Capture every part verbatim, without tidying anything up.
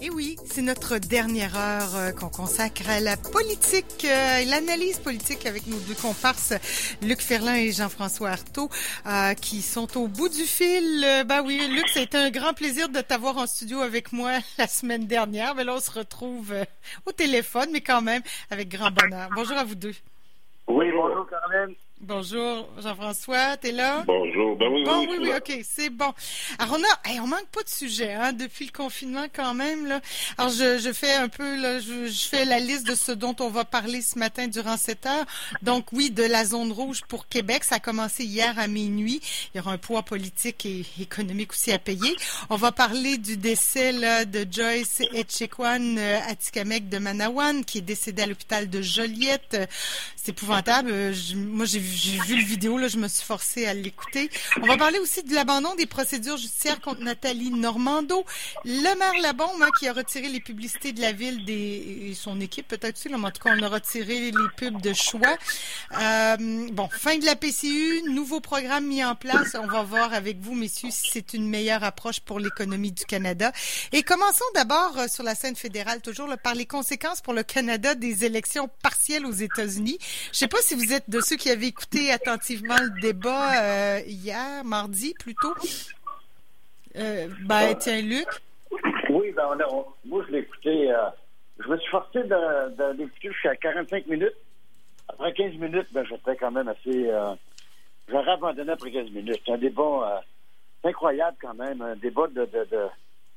Et oui, c'est notre dernière heure euh, qu'on consacre à la politique euh, et l'analyse politique avec nos deux comparses, Luc Ferland et Jean-François Arthaud, euh, qui sont au bout du fil. Euh, ben oui, Luc, ça a été un grand plaisir de t'avoir en studio avec moi la semaine dernière. Mais là, on se retrouve euh, au téléphone, mais quand même avec grand bonheur. Bonjour à vous deux. Oui, bonjour, Caroline. Bonjour, Jean-François, t'es là? Bonjour. Ben oui, bon, oui, oui, oui, OK, c'est bon. Alors, on a, hey, on manque pas de sujet, hein, depuis le confinement quand même, là. Alors, je, je fais un peu, là, je, je fais la liste de ce dont on va parler ce matin durant cette heure. Donc, oui, de la zone rouge pour Québec. Ça a commencé hier à minuit. Il y aura un poids politique et économique aussi à payer. On va parler du décès, là, de Joyce Etchequan euh, Atikamekw de Manawan, qui est décédée à l'hôpital de Joliette. C'est épouvantable. Je, moi, j'ai J'ai vu le vidéo, là, je me suis forcée à l'écouter. On va parler aussi de l'abandon des procédures judiciaires contre Nathalie Normando. Le maire Labombe, hein, qui a retiré les publicités de la ville des, et son équipe, peut-être aussi, là, mais en tout cas, on a retiré les pubs de choix. Euh, bon, fin de la P C U, nouveau programme mis en place. On va voir avec vous, messieurs, si c'est une meilleure approche pour l'économie du Canada. Et commençons d'abord euh, sur la scène fédérale, toujours là, par les conséquences pour le Canada des élections partielles aux États-Unis. Je sais pas si vous êtes de ceux qui avaient écouté attentivement le débat euh, hier, mardi plutôt. Euh, ben, tiens, Luc. Oui, ben, on a, on, moi, je l'ai écouté. Euh, je me suis forcé de, de l'écouter jusqu'à quarante-cinq minutes. Après quinze minutes, ben, j'étais quand même assez. Euh, j'aurais abandonné après quinze minutes. C'est un débat euh, incroyable quand même. Un débat de. de, de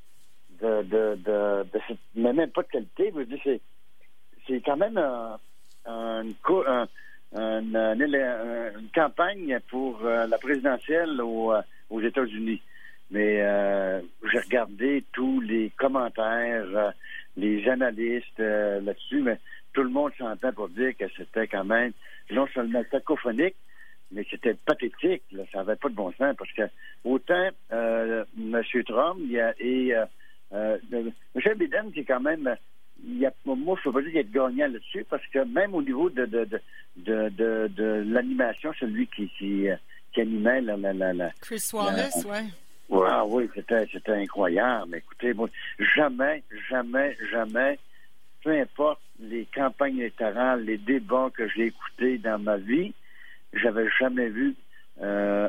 de, de, de, de, de mais même pas de qualité. Je veux dire, c'est, c'est quand même un, un, un Une, une, une campagne pour euh, la présidentielle aux, euh, aux États-Unis. Mais euh, j'ai regardé tous les commentaires, euh, les analystes euh, là-dessus, mais tout le monde s'entend pour dire que c'était quand même non seulement cacophonique, mais c'était pathétique. Là, ça n'avait pas de bon sens parce que autant euh, M. Trump il y a, et euh, euh, M. Biden qui est quand même... Il y a, moi, je ne peux pas dire qu'il est gagnant là-dessus, parce que même au niveau de, de, de, de, de, de l'animation, celui qui, qui, qui animait la... la, la, la Chris Wallace, la, ouais. Ouais, ah, oui, c'était, c'était incroyable. Écoutez, moi, jamais, jamais, jamais, peu importe les campagnes électorales, les débats que j'ai écoutés dans ma vie, j'avais jamais vu euh,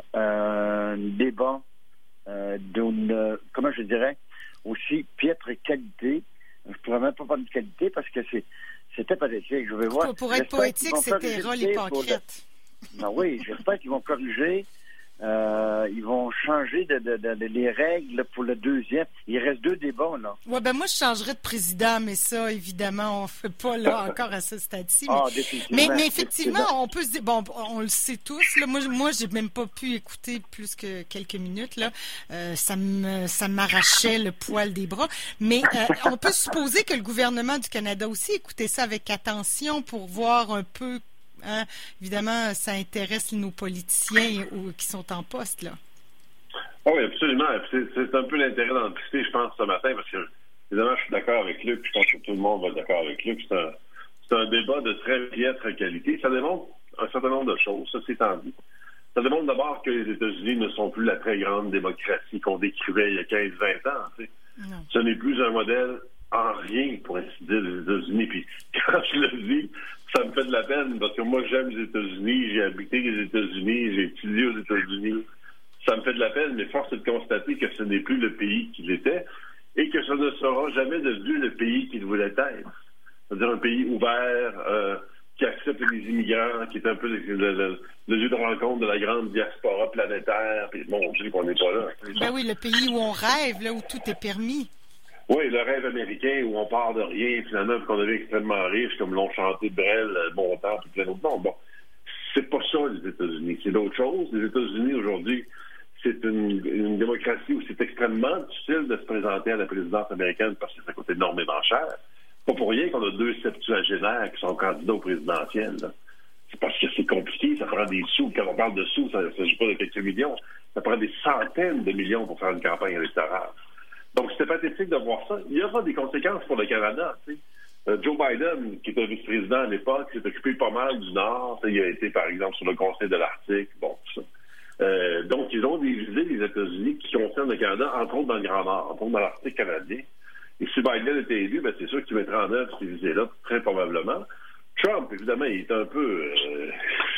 un débat euh, d'une, comment je dirais, aussi piètre qualité. Je ne pourrais même pas parler de qualité parce que c'est, c'était pathétique. Je vais voir. Pour, pour être poétique, c'était rôle hypocrite. Le... Non, oui, j'espère qu'ils vont corriger. Euh, ils vont changer de, de, de, de, les règles pour le deuxième. Il reste deux débats, là. Oui, ben moi, je changerais de président, mais ça, évidemment, on ne fait pas là encore à ce stade-ci. Mais, ah, mais, mais effectivement, on peut se dire, bon, on le sait tous, là, moi, moi j'ai même pas pu écouter plus que quelques minutes, là. Euh, ça me, ça m'arrachait le poil des bras. Mais euh, on peut supposer que le gouvernement du Canada aussi écoutait ça avec attention pour voir un peu. Hein, évidemment, ça intéresse nos politiciens ou, qui sont en poste, là. Oh oui, absolument. C'est, c'est un peu l'intérêt d'en discuter, je pense, ce matin, parce que, évidemment, je suis d'accord avec Luc, puis je pense que tout le monde va être d'accord avec Luc. C'est un, c'est un débat de très piètre qualité. Ça démontre un certain nombre de choses, ça, c'est tant dit. Ça démontre d'abord que les États-Unis ne sont plus la très grande démocratie qu'on décrivait il y a quinze vingt ans. Tu sais. Ce n'est plus un modèle en rien, pour ainsi dire, les États-Unis. Puis quand je le dis, ça me fait de la peine, parce que moi, j'aime les États-Unis, j'ai habité les États-Unis, j'ai étudié aux États-Unis. Ça me fait de la peine, mais force est de constater que ce n'est plus le pays qu'il était et que ça ne sera jamais devenu le pays qu'il voulait être. C'est-à-dire un pays ouvert, euh, qui accepte les immigrants, qui est un peu le, le, le, le lieu de rencontre de la grande diaspora planétaire. Puis bon, on dit qu'on n'est pas là. Ben oui, le pays où on rêve, là où tout est permis. Oui, le rêve américain où on part de rien, finalement, puis qu'on devient extrêmement riche, comme l'ont chanté Brel, Bontemps, puis plein d'autres. Non, bon, c'est pas ça, les États-Unis. C'est d'autres choses. Les États-Unis, aujourd'hui, c'est une, une démocratie où c'est extrêmement difficile de se présenter à la présidence américaine parce que ça coûte énormément cher. Pas pour rien qu'on a deux septuagénaires qui sont candidats au présidentiel. Là. C'est parce que c'est compliqué, ça prend des sous. Quand on parle de sous, ça ne s'agit pas de quelques millions. Ça prend des centaines de millions pour faire une campagne électorale. Donc, c'était pathétique de voir ça. Il y aura des conséquences pour le Canada. Tu sais. Euh, Joe Biden, qui était vice-président à l'époque, s'est occupé pas mal du Nord. Il a été, par exemple, sur le Conseil de l'Arctique. Bon, tout ça. Euh, donc, ils ont des visées, les États-Unis, qui concernent le Canada, entre autres dans le Grand Nord, entre autres dans l'Arctique canadien. Et si Biden était élu, ben, c'est sûr qu'il mettrait en œuvre ces visées-là, très probablement. Trump, évidemment, il est un peu... Euh...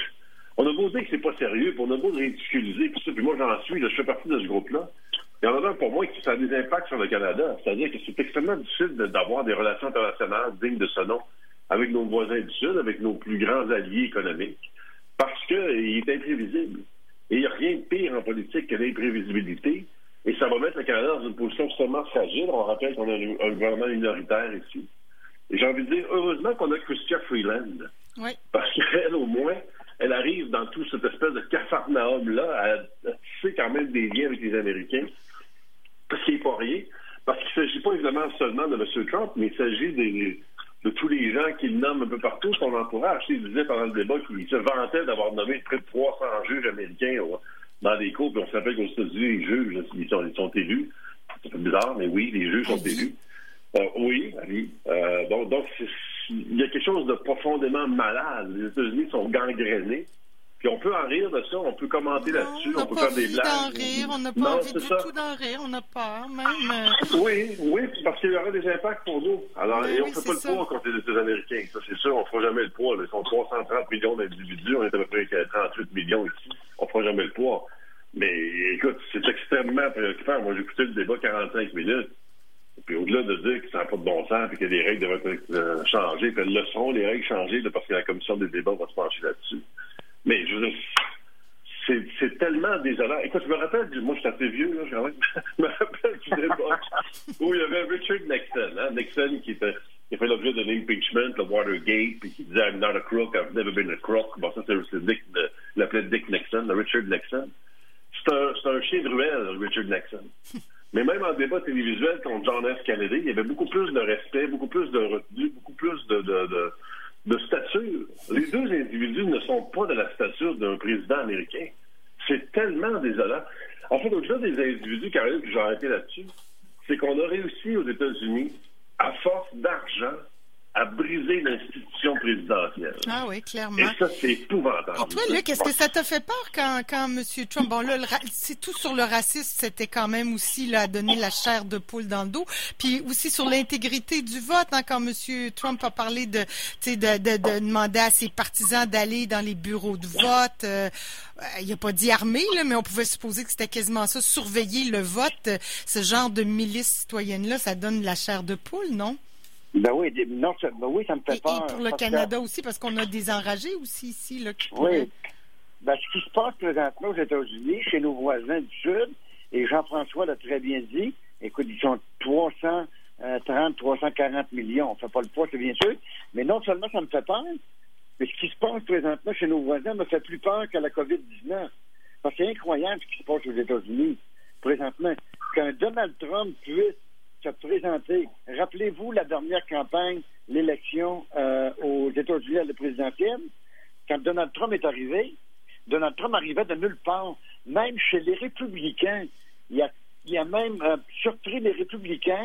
On a beau dire que c'est pas sérieux, puis on a beau ridiculiser, puis ça, puis moi j'en suis, là, je fais partie de ce groupe-là. Il y en a un pour moi qui ça a des impacts sur le Canada. C'est-à-dire que c'est extrêmement difficile d'avoir des relations internationales dignes de ce nom avec nos voisins du Sud, avec nos plus grands alliés économiques, parce qu'il est imprévisible. Et il n'y a rien de pire en politique que l'imprévisibilité. Et ça va mettre le Canada dans une position extrêmement fragile. On rappelle qu'on a un gouvernement minoritaire ici. Et j'ai envie de dire, heureusement qu'on a Chrystia Freeland. Oui. Parce qu'elle, au moins, elle arrive dans toute cette espèce de capharnaüm-là à, à tisser quand même des liens avec les Américains. Parce qu'il n'est pas rien. Parce qu'il ne s'agit pas évidemment seulement de M. Trump, mais il s'agit des, de tous les gens qu'il nomme un peu partout, son entourage. Il disait pendant le débat qu'il se vantait d'avoir nommé près de trois cents juges américains au, dans des cours. Puis on se rappelle qu'aux États-Unis, les juges, ils sont, ils sont élus. C'est un peu bizarre, mais oui, les juges sont élus. Euh, oui, oui. Euh, donc, donc c'est, il y a quelque chose de profondément malade. Les États-Unis sont gangrénés. Puis on peut en rire de ça, on peut commenter non, là-dessus, on, on peut faire des blagues. On n'a pas envie d'en rire, on n'a pas non, envie du ça. tout d'en rire, on a peur même. Oui, oui, parce qu'il y aura des impacts pour nous. Alors, oui, et on ne oui, fait pas le ça. poids contre les États américains. Ça, c'est sûr, on ne fera jamais le poids. Là. Ils sont trois cent trente millions d'individus, on est à peu près trente-huit millions ici. On ne fera jamais le poids. Mais écoute, c'est extrêmement préoccupant. Moi, j'ai écouté le débat quarante-cinq minutes. Puis au-delà de dire que ça n'a pas de bon sens et que les règles devraient être euh, changées, puis elles le seront, les règles changées, là, parce que la commission des débats va se pencher là-dessus. Mais je veux dire, c'est, c'est tellement désolant. Écoute, je me rappelle, du, moi je suis assez vieux, là, quand même. Je me rappelle du débat où il y avait Richard Nixon, hein, Nixon qui, était, qui a fait l'objet de l'impeachment, le Watergate, puis qui disait I'm not a crook, I've never been a crook. Bon, ça, c'est, c'est Dick, de, il l'appelait Dick Nixon, le Richard Nixon. C'est un, c'est un chien de ruelle, Richard Nixon. Mais même en débat télévisuel contre John F. Kennedy, il y avait beaucoup plus de respect, beaucoup plus de retenue, beaucoup plus de, de, de, de stature. Les deux individus ne sont pas de la stature d'un président américain. C'est tellement désolant. En fait, au-delà des individus, Caroline, puis j'ai arrêté là-dessus, c'est qu'on a réussi aux États-Unis, à force d'argent, à briser l'institution présidentielle. Ah oui, clairement. Et ça, c'est épouvantable. Et toi, Luc, est-ce que ça t'a fait peur quand, quand M. Trump, bon là, le ra- c'est tout sur le racisme, c'était quand même aussi là, à donner la chair de poule dans le dos, puis aussi sur l'intégrité du vote, hein, quand M. Trump a parlé de, tu sais, de, de, de demander à ses partisans d'aller dans les bureaux de vote, euh, il n'a pas dit armée, là, mais on pouvait supposer que c'était quasiment ça, surveiller le vote, euh, ce genre de milice citoyenne-là, ça donne la chair de poule, non? Ben oui, non, ça, ben oui, ça me fait Et, peur. et pour le parce Canada que, aussi, parce qu'on a des enragés aussi ici, là, qui oui. pourraient... Ben, ce qui se passe présentement aux États-Unis, chez nos voisins du Sud, et Jean-François l'a très bien dit, écoute, ils sont trois cent trente, trois cent quarante millions. On ne fait pas le poids, c'est bien sûr. Mais non seulement ça me fait peur, mais ce qui se passe présentement chez nos voisins me fait plus peur que la covid dix-neuf. Parce que c'est incroyable ce qui se passe aux États-Unis présentement. Qu'un Donald Trump puisse se présenter. Rappelez-vous la dernière campagne, l'élection euh, aux États-Unis à la présidentielle, quand Donald Trump est arrivé, Donald Trump arrivait de nulle part. Même chez les républicains, il a, il a même euh, surpris les républicains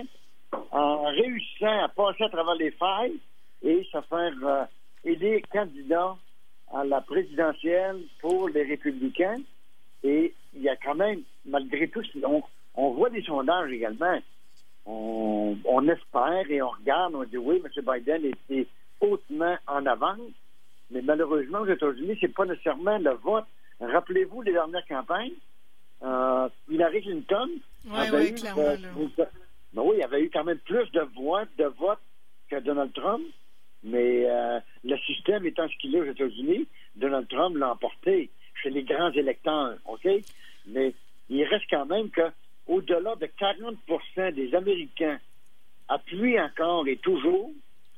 en réussissant à passer à travers les failles et se faire euh, aider candidat à la présidentielle pour les républicains. Et il y a quand même, malgré tout, on, on voit des sondages également. On, on espère et on regarde, on dit oui, M. Biden était hautement en avance, mais malheureusement, aux États-Unis, c'est pas nécessairement le vote. Rappelez-vous les dernières campagnes, euh, Hillary Clinton Oui, avait oui, eu, clairement. euh, Là. ben oui, il y avait eu quand même plus de voix, de votes que Donald Trump, mais euh, le système étant ce qu'il est aux États-Unis, Donald Trump l'a emporté chez les grands électeurs, OK? Mais il reste quand même que au-delà de quarante pour cent des Américains appuient encore et toujours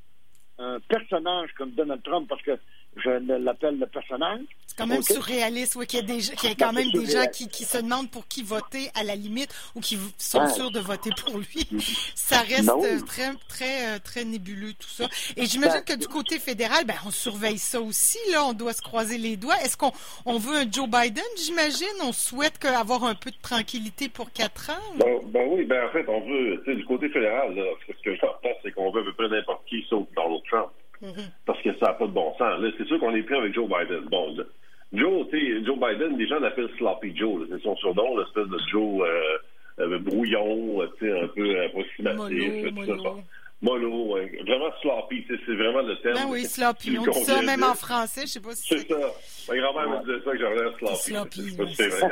un personnage comme Donald Trump, parce que je ne l'appelle le personnage. C'est quand même okay. surréaliste, oui, qu'il y a, des, qu'il y a quand même des gens qui, qui se demandent pour qui voter à la limite ou qui sont ouais. sûrs de voter pour lui. Ça reste Ben oui. très, très, très nébuleux, tout ça. Et j'imagine ben, que du côté fédéral, ben, on surveille ça aussi, là. On doit se croiser les doigts. Est-ce qu'on on veut un Joe Biden, j'imagine? On souhaite que, avoir un peu de tranquillité pour quatre ans? Ben, ben oui, ben en fait, on veut, tu sais, du côté fédéral, là, ce que je pense, c'est qu'on veut à peu près n'importe qui sauf Donald Trump. Mm-hmm. Parce que ça n'a pas de bon sens. Là, c'est sûr qu'on est pris avec Joe Biden. Bon, là, Joe, tu sais, Joe Biden, les gens l'appellent Sloppy Joe. Là, c'est son surnom, l'espèce de Joe euh, euh, brouillon, tu sais, un peu approximatif. Mollo, tout mollo. ça. Mollo, ouais. Vraiment sloppy, tu sais, c'est vraiment le terme. Ben oui, sloppy. On dit ça même en français, je sais pas si c'est... C'est ça. Ma grand-mère me disait ça, que j'aurais l'air sloppy. Sloppy, c'est, ouais, c'est c'est vrai.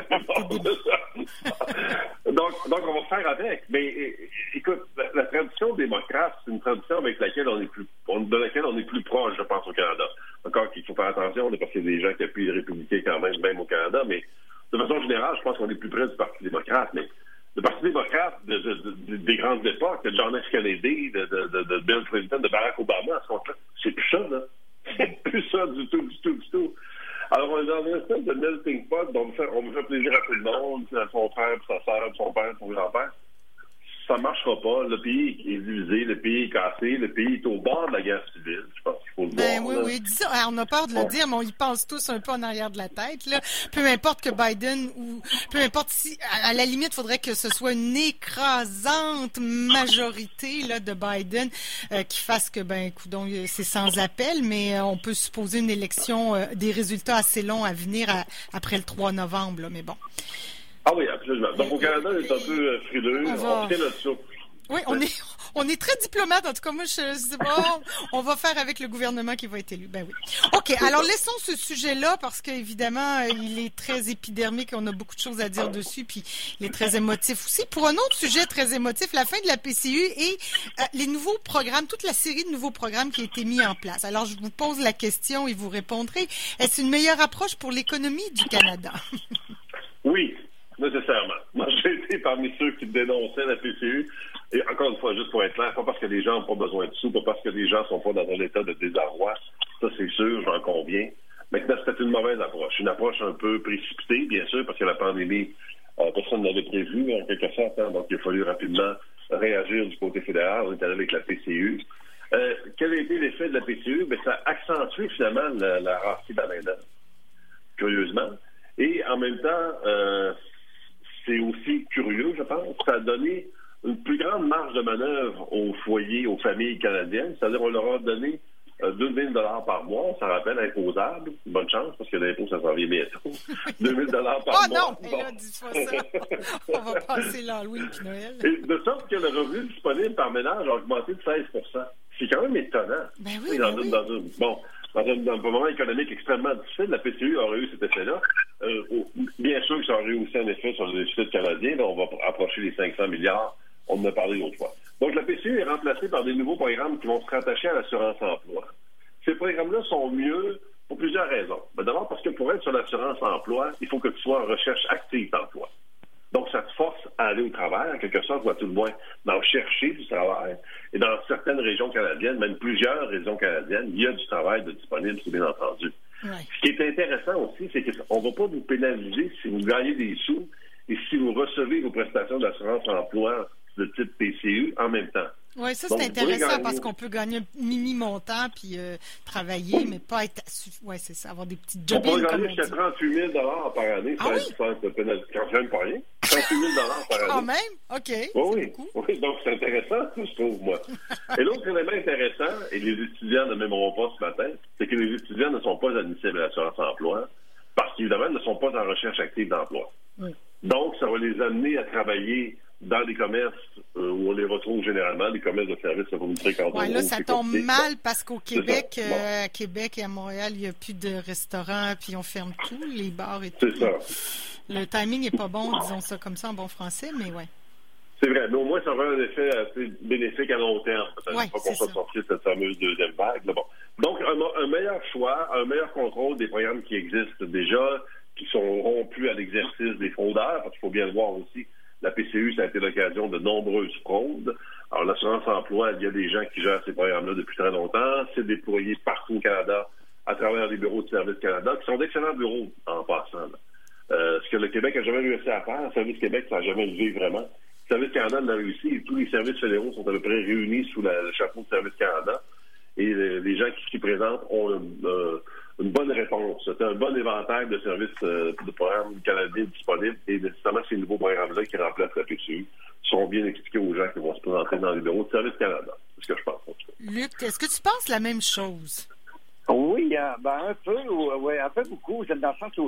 donc, donc, on va faire avec. Mais écoute, la, la tradition démocrate, c'est une tradition avec laquelle on est plus, on, de laquelle on est plus proche, je pense, au Canada. Encore qu'il faut faire attention, parce qu'il y a des gens qui appuient les républicains quand même, même au Canada, mais de façon générale, je pense qu'on est plus près du Parti démocrate. Mais le Parti démocrate de, de, de, des grandes époques, de John F. Kennedy, de, de, de, de Bill Clinton, de Barack Obama, à ce compte-là, c'est plus ça, là. C'est plus ça du tout, du tout, du tout. Alors, on est dans une espèce de melting pot, donc on veut faire, on veut faire plaisir à tout le monde, à son frère, puis sa sœur, puis son père, son grand-père. Ça ne marchera pas. Le pays est divisé, le pays est cassé, le pays est au bord de la guerre civile. Je pense qu'il faut le ben, voir. Oui, là. oui, dis ça. On a peur de le dire, mais on y pense tous un peu en arrière de la tête. Là. Peu importe que Biden ou peu importe si, à, à la limite, il faudrait que ce soit une écrasante majorité là, de Biden euh, qui fasse que, ben, coudonc, c'est sans appel, mais euh, on peut supposer une élection, euh, des résultats assez longs à venir à, après le trois novembre. Là, mais bon. Ah oui, absolument. Donc, au Canada, on est un peu frileux. On, va... on tient notre souffle. Oui, on est, on est très diplomate. En tout cas, moi, je sais pas. On va faire avec le gouvernement qui va être élu. Ben oui. OK. Alors, laissons ce sujet-là parce qu'évidemment, il est très épidermique. On a beaucoup de choses à dire dessus. Puis, il est très émotif aussi. Pour un autre sujet très émotif, la fin de la P C U et euh, les nouveaux programmes, toute la série de nouveaux programmes qui a été mis en place. Alors, je vous pose la question et vous répondrez. Est-ce une meilleure approche pour l'économie du Canada? Oui. Nécessairement. Moi, j'ai été parmi ceux qui dénonçaient la P C U. Et encore une fois, juste pour être clair, pas parce que les gens n'ont pas besoin de sous, pas parce que les gens ne sont pas dans un état de désarroi. Ça, c'est sûr, j'en conviens. Maintenant, c'était une mauvaise approche. Une approche un peu précipitée, bien sûr, parce que la pandémie, euh, personne ne l'avait prévu, en quelque sorte. Hein, donc, il a fallu rapidement réagir du côté fédéral. On est allé avec la P C U. Euh, quel a été l'effet de la P C U? Bien, ça a accentué finalement la, la rareté de la main-d'œuvre, curieusement. Et en même temps, euh, c'est aussi curieux, je pense. Ça a donné une plus grande marge de manœuvre aux foyers, aux familles canadiennes. C'est-à-dire qu'on leur a donné euh, deux mille dollars par mois. On s'en rappelle, imposable. Bonne chance, parce que l'impôt, ça s'en vient bientôt. deux mille dollars par oh, mois. Oh non, mais bon. Là, dis-moi ça. On va passer l'Halloween et Noël. Et de sorte que le revenu disponible par ménage a augmenté de seize pour cent. C'est quand même étonnant. Ben oui, dans ben une, oui. Dans une, bon, dans un, dans un moment économique extrêmement difficile, la P C U aurait eu cet effet-là. Euh, bien sûr que ça aurait eu aussi un effet sur le déficit canadien. Là, on va approcher les cinq cents milliards. On en a parlé l'autre fois. Donc, la P C U est remplacée par des nouveaux programmes qui vont se rattacher à l'assurance-emploi. Ces programmes-là sont mieux pour plusieurs raisons. Ben, d'abord, parce que pour être sur l'assurance-emploi, il faut que tu sois en recherche active d'emploi. Donc, ça te force à aller au travail, en quelque sorte, ou à tout le moins d'en chercher du travail. Et dans certaines régions canadiennes, même plusieurs régions canadiennes, il y a du travail de disponible, c'est bien entendu. Ouais. Ce qui est intéressant aussi, c'est qu'on ne va pas vous pénaliser si vous gagnez des sous et si vous recevez vos prestations d'assurance-emploi de type P C U en même temps. Oui, ça, Donc, c'est intéressant gagner... parce qu'on peut gagner un mini-montant puis euh, travailler, mais pas être... Oui, c'est ça, avoir des petits jobs. On peut gagner jusqu'à trente-huit mille dollars par année ah sans oui? être de pénalité. Quand même pas rien. trente-huit mille dollars par année. Quand même? OK. Oui, oui. oui. Donc, c'est intéressant, je trouve, moi. Et l'autre élément intéressant, et les étudiants ne m'aimeront pas ce matin, c'est que les étudiants ne sont pas admissibles à l'assurance-emploi parce qu'évidemment, ne sont pas en recherche active d'emploi. Oui. Donc, ça va les amener à travailler dans des commerces euh, où on les retrouve généralement, des commerces de services de fourniture quand Oui, là, ça tombe compliqué. mal parce qu'au Québec, bon. euh, à Québec et à Montréal, il n'y a plus de restaurants, puis on ferme tout, les bars et tout. C'est ça. Le timing n'est pas bon, disons ça comme ça en bon français, mais ouais. C'est vrai, mais au moins, ça aura un effet assez bénéfique à long terme. Peut-être ouais, pas qu'on soit sorti de cette fameuse deuxième vague. Là, bon. Donc, un, un meilleur choix, un meilleur contrôle des programmes qui existent déjà, qui sont rompus à l'exercice des fraudeurs, parce qu'il faut bien le voir aussi. La P C U, ça a été l'occasion de nombreuses fraudes. Alors, l'assurance-emploi, il y a des gens qui gèrent ces programmes-là depuis très longtemps. C'est déployé partout au Canada, à travers les bureaux de Service Canada, qui sont d'excellents bureaux, en passant. Là. Euh, ce que le Québec n'a jamais réussi à faire, Service Québec, ça n'a jamais levé vraiment. Service Canada l'a réussi et tous les services fédéraux sont à peu près réunis sous la, le chapeau de Service Canada. Et les, les gens qui s'y présentent ont une, euh, une bonne réponse. C'est un bon éventail de services euh, de programmes canadiens disponibles et nécessairement ces nouveaux programmes-là qui remplacent la P C U seront bien expliqués aux gens qui vont se présenter dans les bureaux de Service Canada. C'est ce que je pense. En tout cas. Luc, est-ce que tu penses la même chose? Oui, euh, ben un peu, oui, un peu beaucoup, dans le sens où il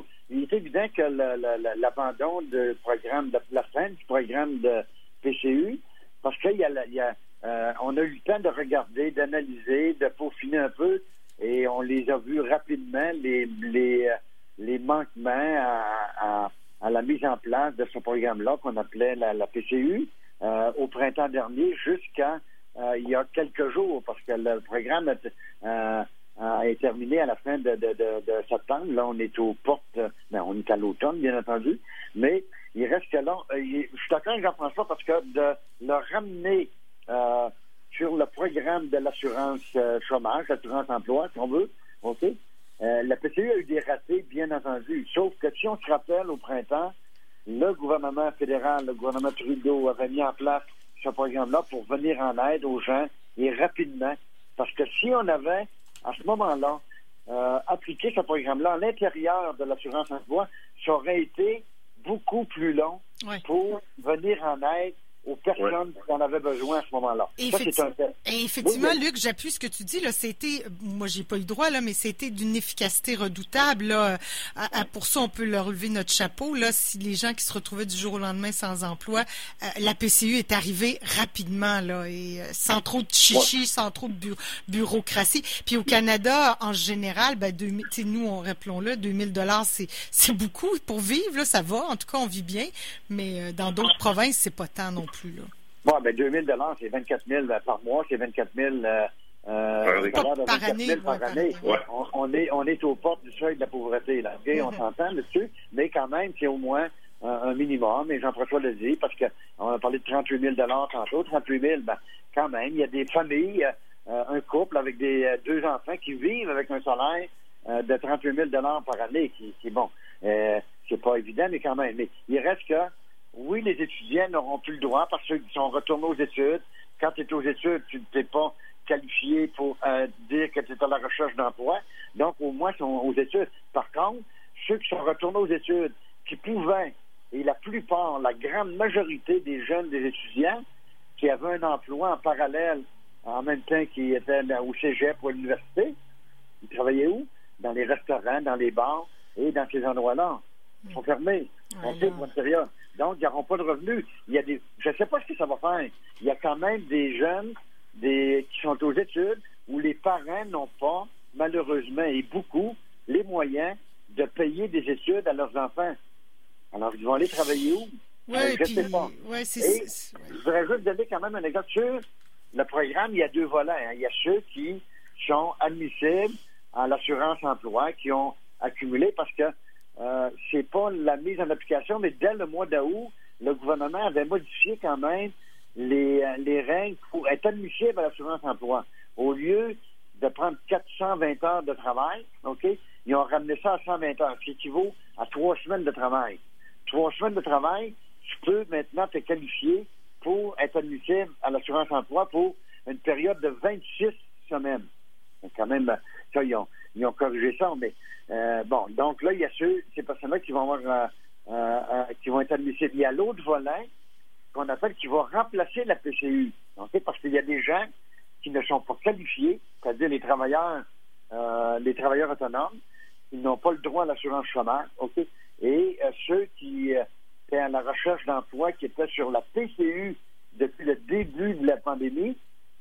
c'est évident que le, le, le, l'abandon du programme, de, la fin du programme de P C U, parce qu'il y a, il y a euh, on a eu le temps de regarder, d'analyser, de peaufiner un peu, et on les a vus rapidement, les les, les manquements à, à, à la mise en place de ce programme-là qu'on appelait la, la P C U euh, au printemps dernier jusqu'à euh, il y a quelques jours, parce que le programme a, euh, a est terminé à la fin de, de, de, de septembre. Là, on est aux portes, ben, on est à l'automne, bien entendu, mais il reste que là, euh, il, je suis d'accord avec Jean-François parce que de le ramener euh, sur le programme de l'assurance euh, chômage, l'assurance emploi, si on veut, OK? Euh, la P C U a eu des ratés, bien entendu. Sauf que si on se rappelle au printemps, le gouvernement fédéral, le gouvernement Trudeau avait mis en place ce programme-là pour venir en aide aux gens et rapidement. Parce que si on avait, à ce moment-là, euh, appliqué ce programme-là à l'intérieur de l'assurance emploi, ça aurait été beaucoup plus long ouais. pour venir en aide aux personnes ouais. qui en avaient besoin à ce moment-là. Et ça, c'est un fait. Et effectivement, oui, Luc, j'appuie ce que tu dis. Là, c'était, moi, j'ai pas eu le droit, là, mais c'était d'une efficacité redoutable. Là. À, à, pour ça, on peut leur relever notre chapeau. Là, si les gens qui se retrouvaient du jour au lendemain sans emploi, euh, la P C U est arrivée rapidement, là, et euh, sans trop de chichi, ouais. sans trop de bu- bureaucratie. Puis au Canada, en général, ben, deux mille, nous, on rappelons-le, deux mille dollars, c'est, c'est beaucoup pour vivre. Là, ça va. En tout cas, on vit bien. Mais euh, dans d'autres provinces, c'est pas tant non plus, là. Bon, ben deux mille dollars, c'est vingt-quatre mille par mois, c'est vingt-quatre mille euh, euh, par, par, par année. Par ouais, année. Ouais. On, on, est, on est aux portes du seuil de la pauvreté, là. Okay? Mm-hmm. On s'entend là-dessus, mais quand même, c'est au moins euh, un minimum, et Jean-François le dit, parce qu'on a parlé de trente-huit mille dollars tantôt, trente-huit mille, ben, quand même, il y a des familles, euh, un couple avec des euh, deux enfants qui vivent avec un salaire euh, de trente-huit mille dollars par année, qui, qui bon, euh, c'est pas évident, mais quand même. Mais il reste que oui, les étudiants n'auront plus le droit parce qu'ils sont retournés aux études. Quand tu es aux études, tu n'es pas qualifié pour euh, dire que tu es à la recherche d'emploi. Donc, au moins, ils sont aux études. Par contre, ceux qui sont retournés aux études, qui pouvaient, et la plupart, la grande majorité des jeunes, des étudiants, qui avaient un emploi en parallèle, en même temps qu'ils étaient au cégep ou à l'université, ils travaillaient où? Dans les restaurants, dans les bars et dans ces endroits-là. Ils sont fermés. On sait pour l'intérieur. Donc, ils n'auront pas de revenus. Il y a des, je ne sais pas ce que ça va faire. Il y a quand même des jeunes des, qui sont aux études où les parents n'ont pas, malheureusement, et beaucoup, les moyens de payer des études à leurs enfants. Alors, ils vont aller travailler où? Oui, euh, je puis, ne sais pas. Ouais, c'est, et c'est, ouais. Je voudrais juste donner quand même un exemple sur le programme. Il y a deux volets. Hein. Il y a ceux qui sont admissibles à l'assurance emploi, qui ont accumulé parce que Euh, c'est pas la mise en application, mais dès le mois d'août, le gouvernement avait modifié quand même les, les règles pour être admissible à l'assurance emploi. Au lieu de prendre quatre cent vingt heures de travail, OK, ils ont ramené ça à cent vingt heures, ce qui équivaut à trois semaines de travail. Trois semaines de travail, tu peux maintenant te qualifier pour être admissible à l'assurance emploi pour une période de vingt-six semaines. Donc, quand même, ça, ils ont, ils ont corrigé ça, mais Euh, bon, donc là, il y a ceux, ces personnes-là qui vont avoir, euh, euh, euh, qui vont être admissibles. Il y a l'autre volet qu'on appelle qui va remplacer la P C U. Okay? Parce qu'il y a des gens qui ne sont pas qualifiés, c'est-à-dire les travailleurs, euh, les travailleurs autonomes, qui n'ont pas le droit à l'assurance chômage, okay? Et euh, ceux qui euh, étaient à la recherche d'emploi, qui étaient sur la P C U depuis le début de la pandémie,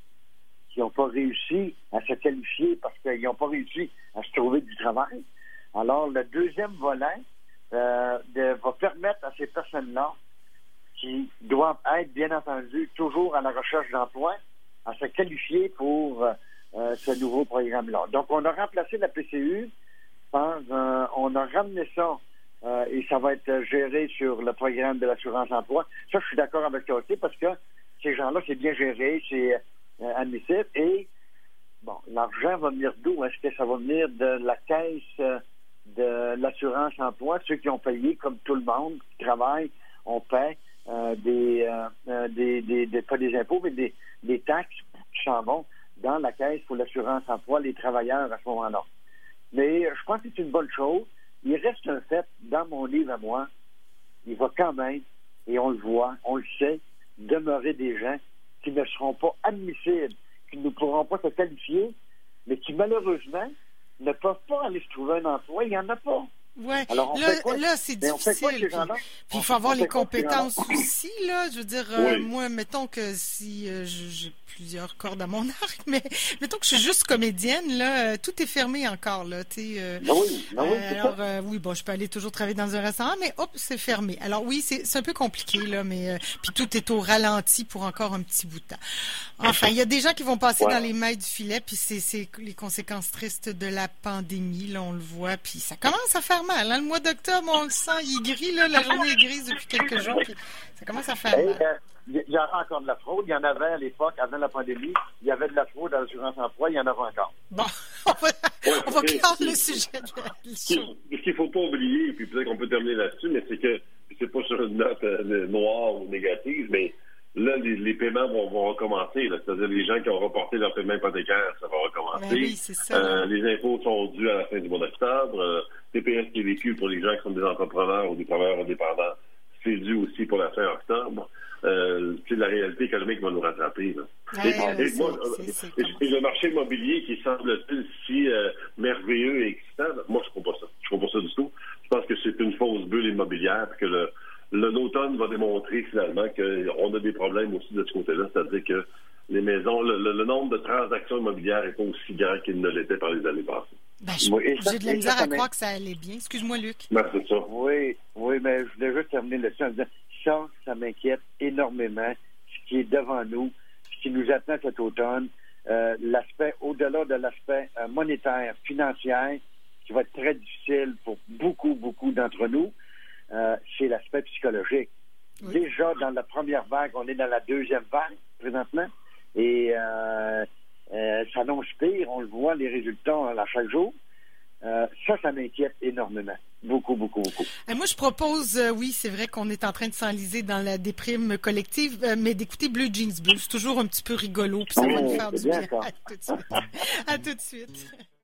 qui n'ont pas réussi à se qualifier parce qu'ils n'ont pas réussi à se trouver du travail. Alors, le deuxième volet euh, de, va permettre à ces personnes-là, qui doivent être, bien entendu, toujours à la recherche d'emploi, à se qualifier pour euh, ce nouveau programme-là. Donc, on a remplacé la P C U par... Euh, on a ramené ça euh, et ça va être géré sur le programme de l'assurance emploi. Ça, je suis d'accord avec toi aussi parce que ces gens-là, c'est bien géré, c'est euh, admissible. Et, bon, l'argent va venir d'où? Est-ce que ça va venir de la caisse... Euh, de l'assurance emploi, ceux qui ont payé, comme tout le monde, qui travaillent, on paie euh, des, euh, des, des, des, pas des impôts, mais des, des taxes qui s'en vont dans la caisse pour l'assurance emploi, les travailleurs à ce moment-là. Mais je pense que c'est une bonne chose. Il reste un fait, dans mon livre à moi, il va quand même, et on le voit, on le sait, demeurer des gens qui ne seront pas admissibles, qui ne pourront pas se qualifier, mais qui malheureusement ne peuvent pas aller se trouver un emploi. Il n'y en a pas. Ouais. Alors, on là, fait quoi? là, c'est Mais on fait quoi, difficile. ces gens-là? Puis il On- faut avoir on les fait quoi, ces compétences gens-là? aussi, là. Je veux dire, euh, Oui. moi, mettons que si euh, je- j'ai plusieurs cordes à mon arc, mais mettons que je suis juste comédienne, là, euh, tout est fermé encore, là. Tu sais, euh, Ben oui, ben oui, euh, c'est alors, ça. euh, oui, bon, je peux aller toujours travailler dans un restaurant, mais hop, c'est fermé. Alors oui, c'est c'est un peu compliqué, là, mais euh, puis tout est au ralenti pour encore un petit bout de temps. Enfin, il y a des gens qui vont passer Ouais. dans les mailles du filet, puis c'est c'est les conséquences tristes de la pandémie, là, on le voit, puis ça commence à faire mal. Hein? Le mois d'octobre, on le sent, il est gris, là, la journée est grise depuis quelques jours, puis ça commence à faire Et, mal. euh, Il y a encore de la fraude. Il y en avait à l'époque, avant la pandémie. Il y avait de la fraude à l'assurance emploi. Il y en avait encore. Bon, on va, Ouais, on va ok. clore le sujet de la Ce qu'il show. ce qu'il faut pas oublier, puis peut-être qu'on peut terminer là-dessus, mais c'est que c'est pas sur une note euh, noire ou négative, mais là, les, les paiements vont, vont recommencer. là. C'est-à-dire les gens qui ont reporté leur paiement hypothécaire, ça va recommencer. Ben oui, c'est ça. Euh, les impôts sont dus à la fin du mois d'octobre. Euh, T P S qui est vécu pour les gens qui sont des entrepreneurs ou des travailleurs indépendants, c'est dû aussi pour la fin octobre. Euh, c'est la réalité économique va nous rattraper. Là. Ouais, et, ouais, et moi, c'est- c'est- c'est et- comme et le marché immobilier qui semble-t-il si euh, merveilleux et excitant, moi je ne crois pas ça. Je ne crois pas ça du tout. Je pense que c'est une fausse bulle immobilière, puis que le, le l'automne va démontrer finalement qu'on a des problèmes aussi de ce côté-là, c'est-à-dire que les maisons, le, le, le nombre de transactions immobilières n'est pas aussi grand qu'il ne l'était par les années passées. Ben, je- Oui, et ça- j'ai de la et misère ça, à ça croire que ça allait bien. Excuse-moi, Luc. Ben, c'est ça. Oui, oui, mais je voulais juste terminer là-dessus en disant ça, ça m'inquiète énormément. Ce qui est devant nous, ce qui nous attend cet automne, euh, l'aspect, au-delà de l'aspect euh, monétaire, financier, qui va être très difficile pour beaucoup, beaucoup d'entre nous, euh, c'est l'aspect psychologique. Oui. Déjà, dans la première vague, on est dans la deuxième vague présentement, et euh, euh, ça annonce pire, on le voit, les résultats à chaque jour. Euh, ça, ça m'inquiète énormément. Beaucoup, beaucoup, beaucoup. Euh, Moi, je propose, euh, oui, c'est vrai qu'on est en train de s'enliser dans la déprime collective, euh, mais d'écouter Blue Jeans Blues. C'est toujours un petit peu rigolo, puis ça va Oui, nous faire c'est du bien bien. ça. À tout de suite. À tout de suite.